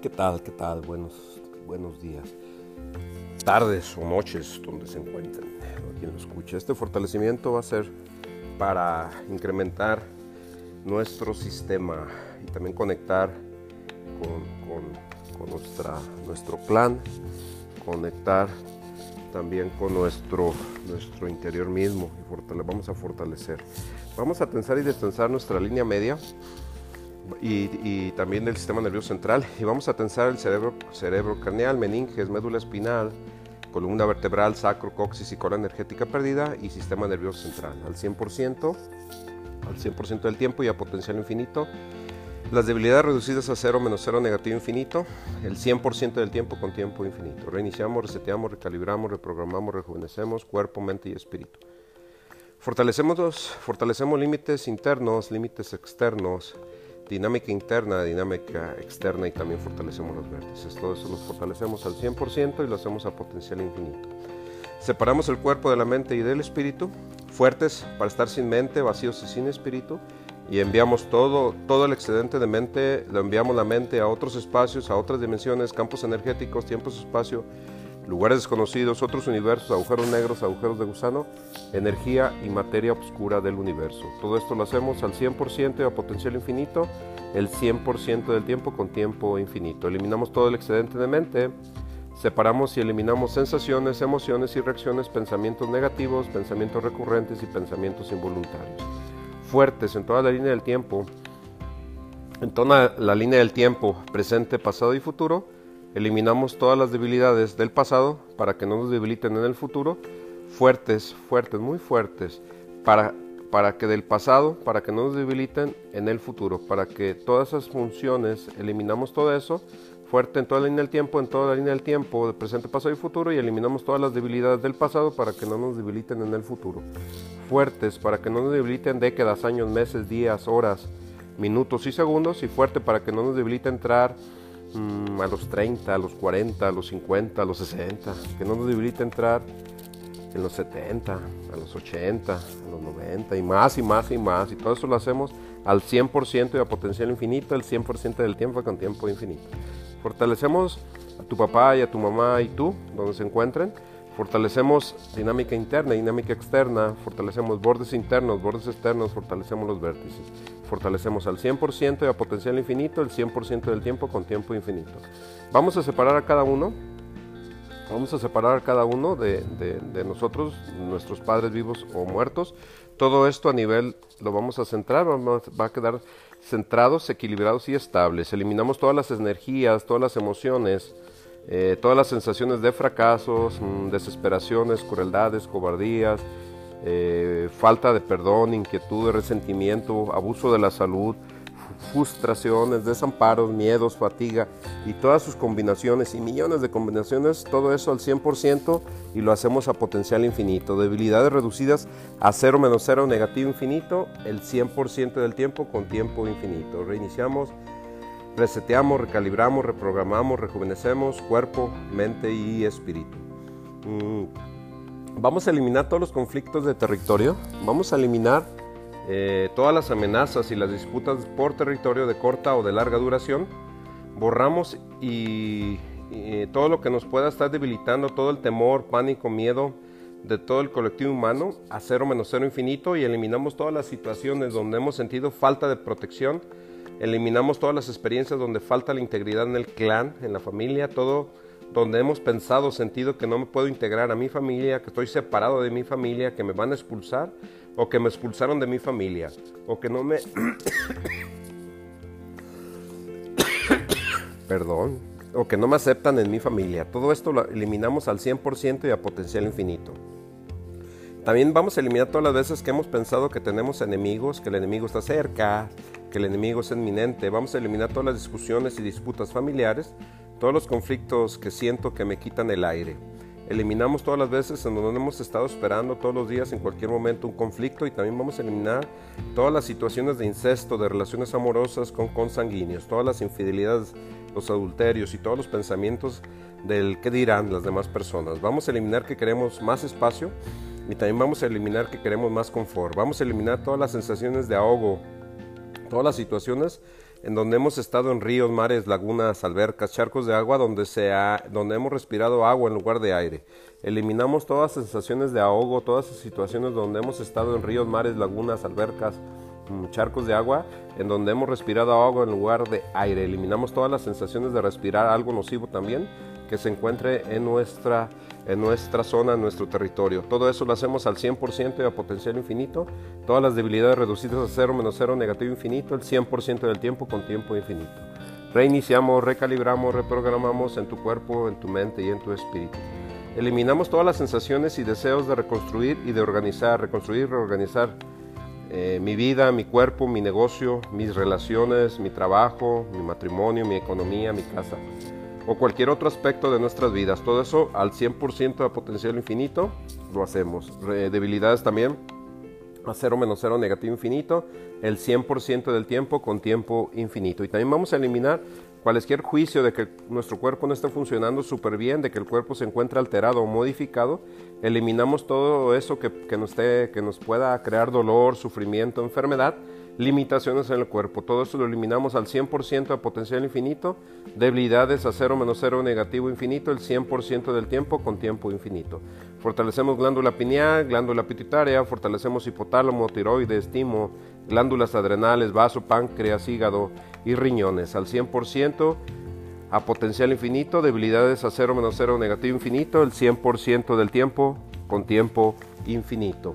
¿Qué tal? ¿Qué tal? Buenos días, tardes o noches donde se encuentren, o quien lo escuche. Este fortalecimiento va a ser para incrementar nuestro sistema y también conectar con nuestro plan, conectar también con nuestro interior mismo y vamos a fortalecer. Vamos a tensar y destensar nuestra línea media y también del sistema nervioso central, y vamos a tensar el cerebro craneal, meninges, médula espinal, columna vertebral, sacro, coxis y cola energética perdida y sistema nervioso central al 100% del tiempo y a potencial infinito. Las debilidades reducidas a 0, menos 0, negativo infinito, el 100% del tiempo con tiempo infinito. Reiniciamos, reseteamos, recalibramos, reprogramamos, rejuvenecemos cuerpo, mente y espíritu. Fortalecemos límites internos, límites externos, dinámica interna, dinámica externa, y también fortalecemos los vértices. Todo eso lo fortalecemos al 100% y lo hacemos a potencial infinito. Separamos el cuerpo de la mente y del espíritu, fuertes para estar sin mente, vacíos y sin espíritu, y enviamos todo el excedente de mente, lo enviamos la mente a otros espacios, a otras dimensiones, campos energéticos, tiempos, espacio, lugares desconocidos, otros universos, agujeros negros, agujeros de gusano, energía y materia oscura del universo. Todo esto lo hacemos al 100% y a potencial infinito, el 100% del tiempo con tiempo infinito. Eliminamos todo el excedente de mente, separamos y eliminamos sensaciones, emociones y reacciones, pensamientos negativos, pensamientos recurrentes y pensamientos involuntarios. Fuertes en toda la línea del tiempo, presente, pasado y futuro. Eliminamos todas las debilidades del pasado para que no nos debiliten en el futuro. Fuertes, muy fuertes, para que del pasado, para que no nos debiliten en el futuro, para que todas esas funciones, eliminamos todo eso. Fuerte en toda la línea del tiempo, de presente, pasado y futuro, y eliminamos todas las debilidades del pasado para que no nos debiliten en el futuro. Fuertes para que no nos debiliten décadas, años, meses, días, horas, minutos y segundos, y fuerte para que no nos debilite entrar a los 30, a los 40, a los 50, a los 60, que no nos debilite entrar en los 70, a los 80, a los 90 y más, y todo eso lo hacemos al 100% y a potencial infinito, el 100% del tiempo con tiempo infinito. Fortalecemos a tu papá y a tu mamá y tú, donde se encuentren. Fortalecemos dinámica interna, dinámica externa, fortalecemos bordes internos, bordes externos, fortalecemos los vértices. Fortalecemos al 100% y a potencial infinito, el 100% del tiempo con tiempo infinito. Vamos a separar a cada uno de nosotros, nuestros padres vivos o muertos. Todo esto a nivel lo vamos a centrar, va a quedar centrados, equilibrados y estables. Eliminamos todas las energías, todas las emociones, todas las sensaciones de fracasos, desesperaciones, crueldades, cobardías, falta de perdón, inquietud, resentimiento, abuso de la salud, frustraciones, desamparos, miedos, fatiga y todas sus combinaciones y millones de combinaciones, todo eso al 100% y lo hacemos a potencial infinito. Debilidades reducidas a 0, menos 0, negativo infinito, el 100% del tiempo con tiempo infinito. Reiniciamos, reseteamos, recalibramos, reprogramamos, rejuvenecemos cuerpo, mente y espíritu. Vamos a eliminar todos los conflictos de territorio, vamos a eliminar todas las amenazas y las disputas por territorio de corta o de larga duración. Borramos y todo lo que nos pueda estar debilitando, todo el temor, pánico, miedo de todo el colectivo humano a 0, menos 0 infinito, y eliminamos todas las situaciones donde hemos sentido falta de protección. Eliminamos todas las experiencias donde falta la integridad en el clan, en la familia, todo donde hemos pensado, sentido que no me puedo integrar a mi familia, que estoy separado de mi familia, que me van a expulsar, o que me expulsaron de mi familia, o que no me... o que no me aceptan en mi familia. Todo esto lo eliminamos al 100% y a potencial infinito. También vamos a eliminar todas las veces que hemos pensado que tenemos enemigos, que el enemigo está cerca, que el enemigo es inminente. Vamos a eliminar todas las discusiones y disputas familiares, todos los conflictos que siento que me quitan el aire. Eliminamos todas las veces en donde hemos estado esperando todos los días, en cualquier momento, un conflicto, y también vamos a eliminar todas las situaciones de incesto, de relaciones amorosas con consanguíneos, todas las infidelidades, los adulterios y todos los pensamientos del qué dirán las demás personas. Vamos a eliminar que queremos más espacio y también vamos a eliminar que queremos más confort. Vamos a eliminar todas las sensaciones de ahogo, todas las situaciones en donde hemos estado en ríos, mares, lagunas, albercas, charcos de agua, donde hemos respirado agua en lugar de aire. Eliminamos todas las sensaciones de ahogo, todas las situaciones donde hemos estado en ríos, mares, lagunas, albercas, charcos de agua, en donde hemos respirado agua en lugar de aire. Eliminamos todas las sensaciones de respirar algo nocivo también que se encuentre en nuestra zona, en nuestro territorio. Todo eso lo hacemos al 100% y a potencial infinito. Todas las debilidades reducidas a 0, menos 0, negativo infinito, el 100% del tiempo con tiempo infinito. Reiniciamos, recalibramos, reprogramamos en tu cuerpo, en tu mente y en tu espíritu. Eliminamos todas las sensaciones y deseos de reconstruir y de organizar, reconstruir y reorganizar mi vida, mi cuerpo, mi negocio, mis relaciones, mi trabajo, mi matrimonio, mi economía, mi casa o cualquier otro aspecto de nuestras vidas. Todo eso al 100% a potencial infinito lo hacemos. Debilidades también a 0, menos 0, negativo infinito, el 100% del tiempo con tiempo infinito. Y también vamos a eliminar cualquier juicio de que nuestro cuerpo no está funcionando súper bien, de que el cuerpo se encuentra alterado o modificado. Eliminamos todo eso que nos pueda crear dolor, sufrimiento, enfermedad, limitaciones en el cuerpo. Todo eso lo eliminamos al 100% a potencial infinito. Debilidades a 0, menos 0, negativo infinito, el 100% del tiempo con tiempo infinito. Fortalecemos glándula pineal, glándula pituitaria, fortalecemos hipotálamo, tiroides, timo, glándulas adrenales, vaso, páncreas, hígado y riñones al 100% a potencial infinito. Debilidades a 0, menos 0, negativo infinito, el 100% del tiempo con tiempo infinito.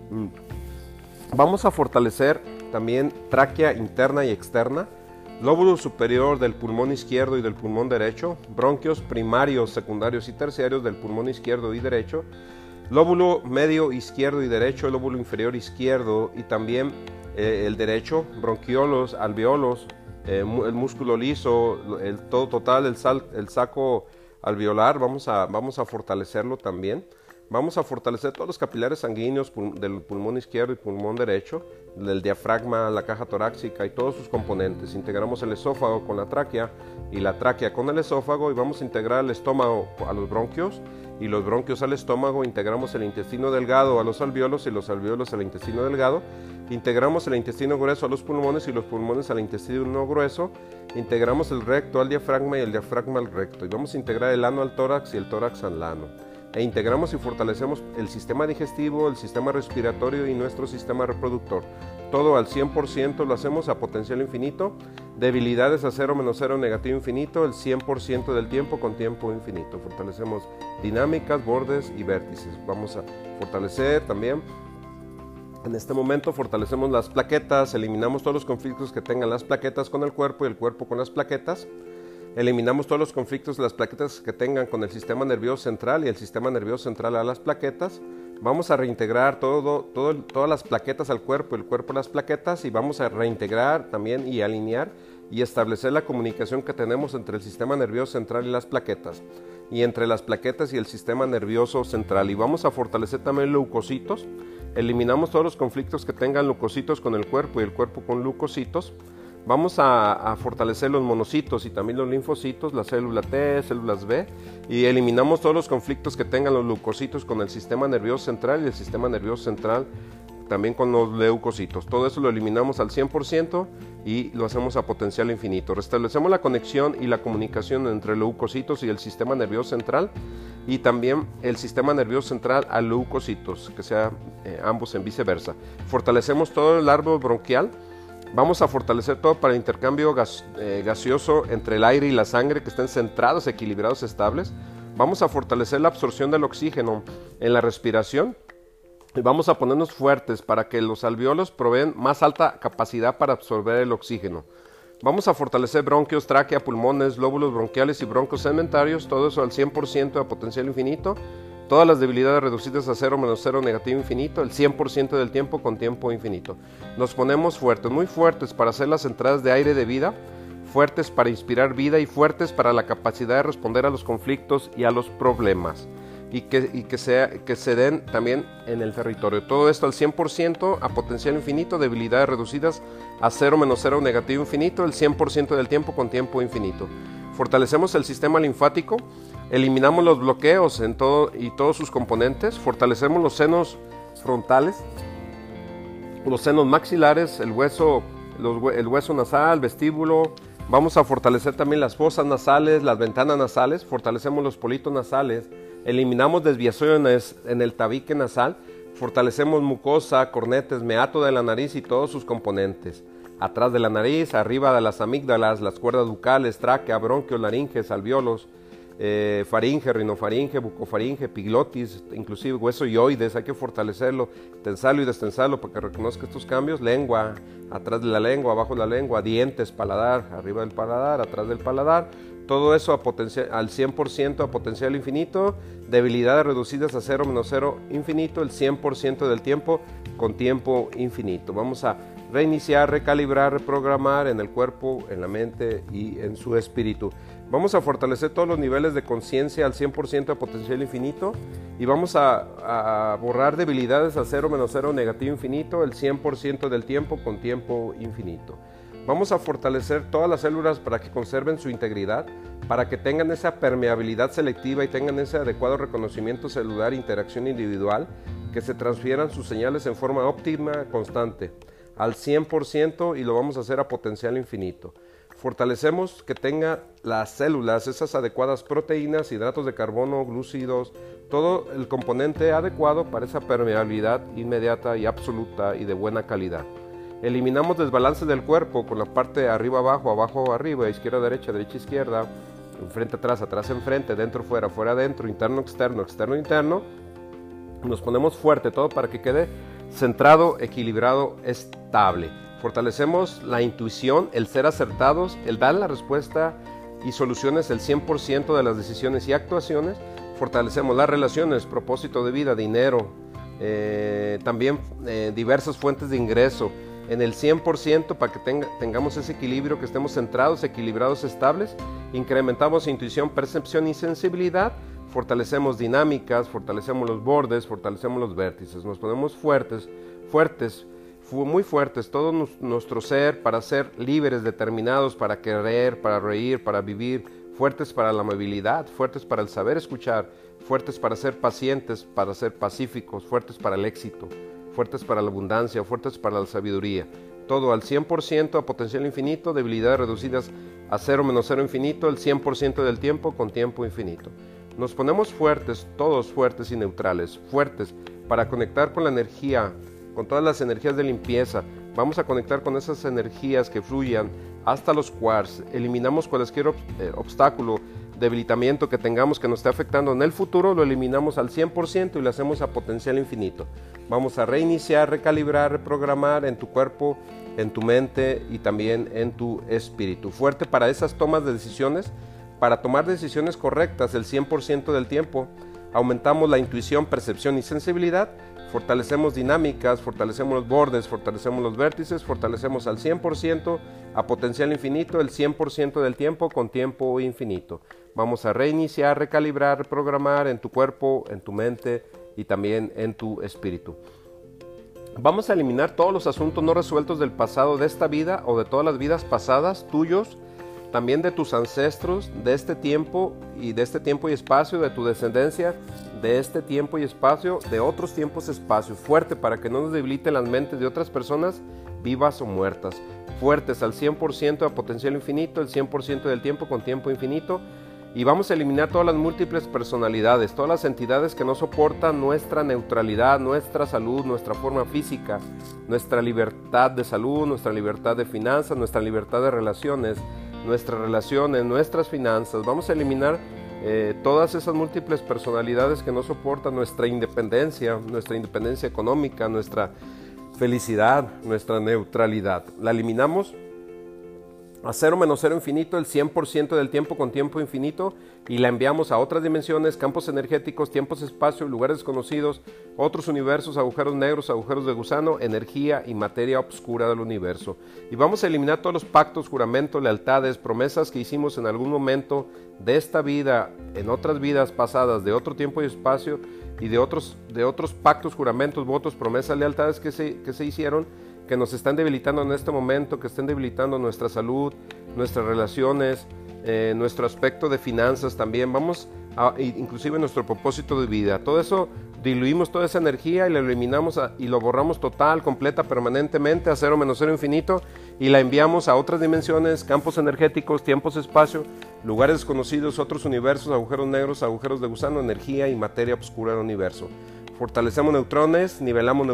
Vamos a fortalecer también tráquea interna y externa, lóbulo superior del pulmón izquierdo y del pulmón derecho, bronquios primarios, secundarios y terciarios del pulmón izquierdo y derecho, lóbulo medio izquierdo y derecho, lóbulo inferior izquierdo y también el derecho, bronquiolos, alveolos, el músculo liso, todo total, el saco alveolar, vamos a fortalecerlo también. Vamos a fortalecer todos los capilares sanguíneos del pulmón izquierdo y pulmón derecho, del diafragma, la caja torácica y todos sus componentes. Integramos el esófago con la tráquea y la tráquea con el esófago y vamos a integrar el estómago a los bronquios y los bronquios al estómago. Integramos el intestino delgado a los alveolos y los alveolos al intestino delgado. Integramos el intestino grueso a los pulmones y los pulmones al intestino grueso. Integramos el recto al diafragma y el diafragma al recto. Y vamos a integrar el ano al tórax y el tórax al ano. E integramos y fortalecemos el sistema digestivo, el sistema respiratorio y nuestro sistema reproductor. Todo al 100% lo hacemos a potencial infinito. Debilidades a 0, menos 0, negativo infinito, el 100% del tiempo con tiempo infinito. Fortalecemos dinámicas, bordes y vértices. Vamos a fortalecer también. En este momento fortalecemos las plaquetas, eliminamos todos los conflictos que tengan las plaquetas con el cuerpo y el cuerpo con las plaquetas. Eliminamos todos los conflictos de las plaquetas que tengan con el sistema nervioso central y el sistema nervioso central a las plaquetas. Vamos a reintegrar todas las plaquetas al cuerpo, el cuerpo a las plaquetas, y vamos a reintegrar también y alinear y establecer la comunicación que tenemos entre el sistema nervioso central y las plaquetas, y entre las plaquetas y el sistema nervioso central. Y vamos a fortalecer también leucocitos. Eliminamos todos los conflictos que tengan leucocitos con el cuerpo y el cuerpo con leucocitos. Vamos a fortalecer los monocitos y también los linfocitos, la célula T, células B, y eliminamos todos los conflictos que tengan los leucocitos con el sistema nervioso central y el sistema nervioso central también con los leucocitos. Todo eso lo eliminamos al 100% y lo hacemos a potencial infinito. Restablecemos la conexión y la comunicación entre leucocitos y el sistema nervioso central, y también el sistema nervioso central a leucocitos, que sea ambos en viceversa. Fortalecemos todo el árbol bronquial. Vamos a fortalecer todo para el intercambio gaseoso entre el aire y la sangre, que estén centrados, equilibrados, estables. Vamos a fortalecer la absorción del oxígeno en la respiración. Y vamos a ponernos fuertes para que los alveolos proveen más alta capacidad para absorber el oxígeno. Vamos a fortalecer bronquios, tráquea, pulmones, lóbulos bronquiales y broncos segmentarios. Todo eso al 100% a potencial infinito. Todas las debilidades reducidas a 0, menos 0, negativo infinito, el 100% del tiempo con tiempo infinito. Nos ponemos fuertes, muy fuertes para hacer las entradas de aire de vida, fuertes para inspirar vida y fuertes para la capacidad de responder a los conflictos y a los problemas. Y que se den también en el territorio. Todo esto al 100% a potencial infinito, debilidades reducidas a 0, menos 0, negativo infinito, el 100% del tiempo con tiempo infinito. Fortalecemos el sistema linfático. Eliminamos los bloqueos en todo y todos sus componentes. Fortalecemos los senos frontales, los senos maxilares, el hueso el hueso nasal, vestíbulo. Vamos a fortalecer también las fosas nasales, las ventanas nasales, fortalecemos los politos nasales, eliminamos desviaciones en el tabique nasal, fortalecemos mucosa, cornetes, meato de la nariz y todos sus componentes. Atrás de la nariz, arriba de las amígdalas, las cuerdas bucales, tráquea, bronquios, laringes, alvéolos, faringe, rinofaringe, bucofaringe, epiglotis, inclusive hueso yoides, hay que fortalecerlo, tensarlo y destensarlo para que reconozca estos cambios. Lengua, atrás de la lengua, abajo de la lengua, dientes, paladar, arriba del paladar, atrás del paladar, todo eso al 100% a potencial infinito, debilidades reducidas a 0 menos 0 infinito, el 100% del tiempo con tiempo infinito. Vamos a reiniciar, recalibrar, reprogramar en el cuerpo, en la mente y en su espíritu. Vamos a fortalecer todos los niveles de conciencia al 100% a potencial infinito y vamos a borrar debilidades a 0 menos 0 negativo infinito, el 100% del tiempo con tiempo infinito. Vamos a fortalecer todas las células para que conserven su integridad, para que tengan esa permeabilidad selectiva y tengan ese adecuado reconocimiento celular, interacción individual, que se transfieran sus señales en forma óptima, constante, al 100% y lo vamos a hacer a potencial infinito. Fortalecemos que tenga las células, esas adecuadas proteínas, hidratos de carbono, glúcidos, todo el componente adecuado para esa permeabilidad inmediata y absoluta y de buena calidad. Eliminamos desbalances del cuerpo con la parte arriba abajo, abajo arriba, izquierda derecha, derecha izquierda, enfrente atrás, atrás enfrente, dentro fuera, fuera dentro, interno externo, externo interno. Nos ponemos fuerte todo para que quede centrado, equilibrado, estable. Fortalecemos la intuición, el ser acertados, el dar la respuesta y soluciones el 100% de las decisiones y actuaciones. Fortalecemos las relaciones, propósito de vida, dinero, también diversas fuentes de ingreso en el 100% para que tengamos ese equilibrio, que estemos centrados, equilibrados, estables. Incrementamos intuición, percepción y sensibilidad. Fortalecemos dinámicas, fortalecemos los bordes, fortalecemos los vértices. Nos ponemos fuertes, muy fuertes, todo nuestro ser para ser libres, determinados, para querer, para reír, para vivir, fuertes para la amabilidad, fuertes para el saber escuchar, fuertes para ser pacientes, para ser pacíficos, fuertes para el éxito, fuertes para la abundancia, fuertes para la sabiduría. Todo al 100% a potencial infinito, debilidades reducidas a 0 menos 0 infinito, el 100% del tiempo con tiempo infinito. Nos ponemos fuertes, todos fuertes y neutrales, fuertes para conectar con la energía, con todas las energías de limpieza. Vamos a conectar con esas energías que fluyan hasta los quarks. Eliminamos cualquier obstáculo, debilitamiento que tengamos que nos esté afectando en el futuro, lo eliminamos al 100% y lo hacemos a potencial infinito. Vamos a reiniciar, recalibrar, reprogramar en tu cuerpo, en tu mente y también en tu espíritu. Fuerte para esas tomas de decisiones, para tomar decisiones correctas el 100% del tiempo. Aumentamos la intuición, percepción y sensibilidad. Fortalecemos dinámicas, fortalecemos los bordes, fortalecemos los vértices, fortalecemos al 100% a potencial infinito el 100% del tiempo con tiempo infinito. Vamos a reiniciar, recalibrar, reprogramar en tu cuerpo, en tu mente y también en tu espíritu. Vamos a eliminar todos los asuntos no resueltos del pasado de esta vida o de todas las vidas pasadas, tuyos, también de tus ancestros, de este tiempo y espacio, de tu descendencia, de este tiempo y espacio, de otros tiempos y espacios. Fuerte para que no nos debiliten las mentes de otras personas, vivas o muertas. Fuertes al 100% a potencial infinito, el 100% del tiempo con tiempo infinito. Y vamos a eliminar todas las múltiples personalidades, todas las entidades que no soportan nuestra neutralidad, nuestra salud, nuestra forma física, nuestra libertad de salud, nuestra libertad de finanzas, nuestra libertad de relaciones, nuestras relaciones, nuestras finanzas. Vamos a eliminar todas esas múltiples personalidades que no soportan nuestra independencia económica, nuestra felicidad, nuestra neutralidad. La eliminamos a 0 menos 0 infinito, el 100% del tiempo con tiempo infinito, y la enviamos a otras dimensiones, campos energéticos, tiempos, espacio, lugares desconocidos, otros universos, agujeros negros, agujeros de gusano, energía y materia oscura del universo. Y vamos a eliminar todos los pactos, juramentos, lealtades, promesas que hicimos en algún momento de esta vida, en otras vidas pasadas, de otro tiempo y espacio, y de otros pactos, juramentos, votos, promesas, lealtades que se hicieron, que nos están debilitando en este momento, que estén debilitando nuestra salud, nuestras relaciones, nuestro aspecto de finanzas también. Vamos a, inclusive nuestro propósito de vida. Todo eso, diluimos toda esa energía y la eliminamos y lo borramos total, completa, permanentemente a 0 menos 0 infinito, y la enviamos a otras dimensiones, campos energéticos, tiempos, espacio, lugares desconocidos, otros universos, agujeros negros, agujeros de gusano, energía y materia oscura del universo. Fortalecemos neutrones, nivelamos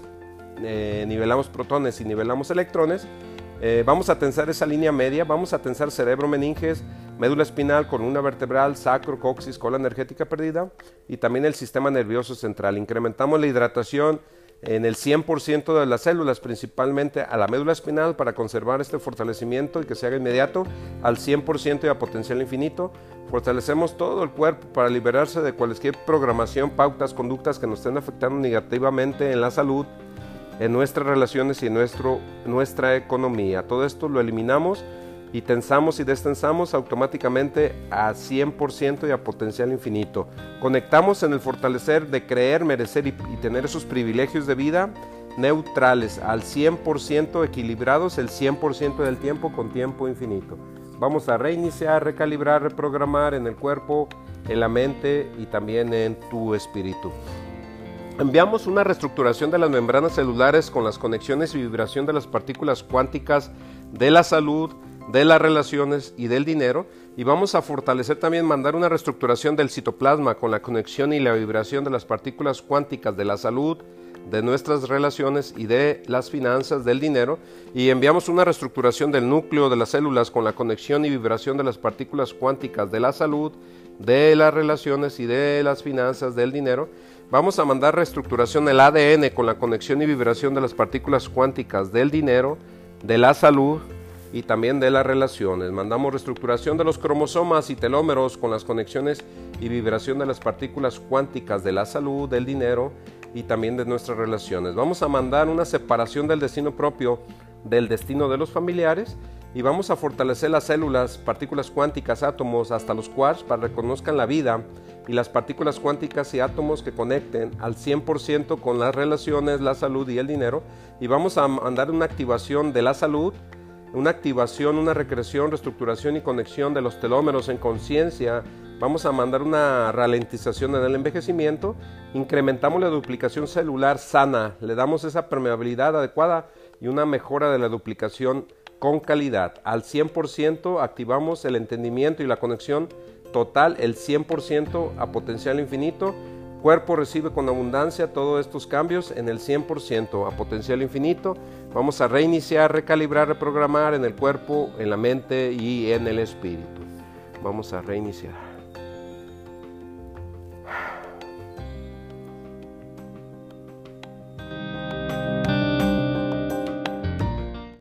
protones y nivelamos electrones. Vamos a tensar esa línea media, vamos a tensar cerebro, meninges, médula espinal, columna vertebral, sacro, coxis, cola energética perdida y también el sistema nervioso central. Incrementamos la hidratación en el 100% de las células, principalmente a la médula espinal, para conservar este fortalecimiento y que se haga inmediato al 100% y a potencial infinito. Fortalecemos todo el cuerpo para liberarse de cualquier programación, pautas, conductas que nos estén afectando negativamente en la salud, en nuestras relaciones y en nuestra economía. Todo esto lo eliminamos y tensamos y destensamos automáticamente a 100% y a potencial infinito. Conectamos en el fortalecer de creer, merecer y tener esos privilegios de vida neutrales al 100%, equilibrados el 100% del tiempo con tiempo infinito. Vamos a reiniciar, recalibrar, reprogramar en el cuerpo, en la mente y también en tu espíritu. Enviamos una reestructuración de las membranas celulares con las conexiones y vibración de las partículas cuánticas de la salud, de las relaciones y del dinero, y vamos a fortalecer también, mandar una reestructuración del citoplasma con la conexión y la vibración de las partículas cuánticas de la salud, de nuestras relaciones y de las finanzas, del dinero, y enviamos una reestructuración del núcleo de las células con la conexión y vibración de las partículas cuánticas de la salud, de las relaciones y de las finanzas, del dinero. Vamos a mandar reestructuración del ADN con la conexión y vibración de las partículas cuánticas del dinero, de la salud y también de las relaciones. Mandamos reestructuración de los cromosomas y telómeros con las conexiones y vibración de las partículas cuánticas de la salud, del dinero y también de nuestras relaciones. Vamos a mandar una separación del destino propio del destino de los familiares y vamos a fortalecer las células, partículas cuánticas, átomos, hasta los quarks para que reconozcan la vida, y las partículas cuánticas y átomos que conecten al 100% con las relaciones, la salud y el dinero. Y vamos a mandar una activación de la salud, una activación, una recreación, reestructuración y conexión de los telómeros en conciencia. Vamos a mandar una ralentización en el envejecimiento. Incrementamos la duplicación celular sana, le damos esa permeabilidad adecuada y una mejora de la duplicación con calidad. Al 100% activamos el entendimiento y la conexión total, el 100% a potencial infinito. Cuerpo recibe con abundancia todos estos cambios en el 100% a potencial infinito. Vamos a reiniciar, recalibrar, reprogramar en el cuerpo, en la mente y en el espíritu. Vamos a reiniciar.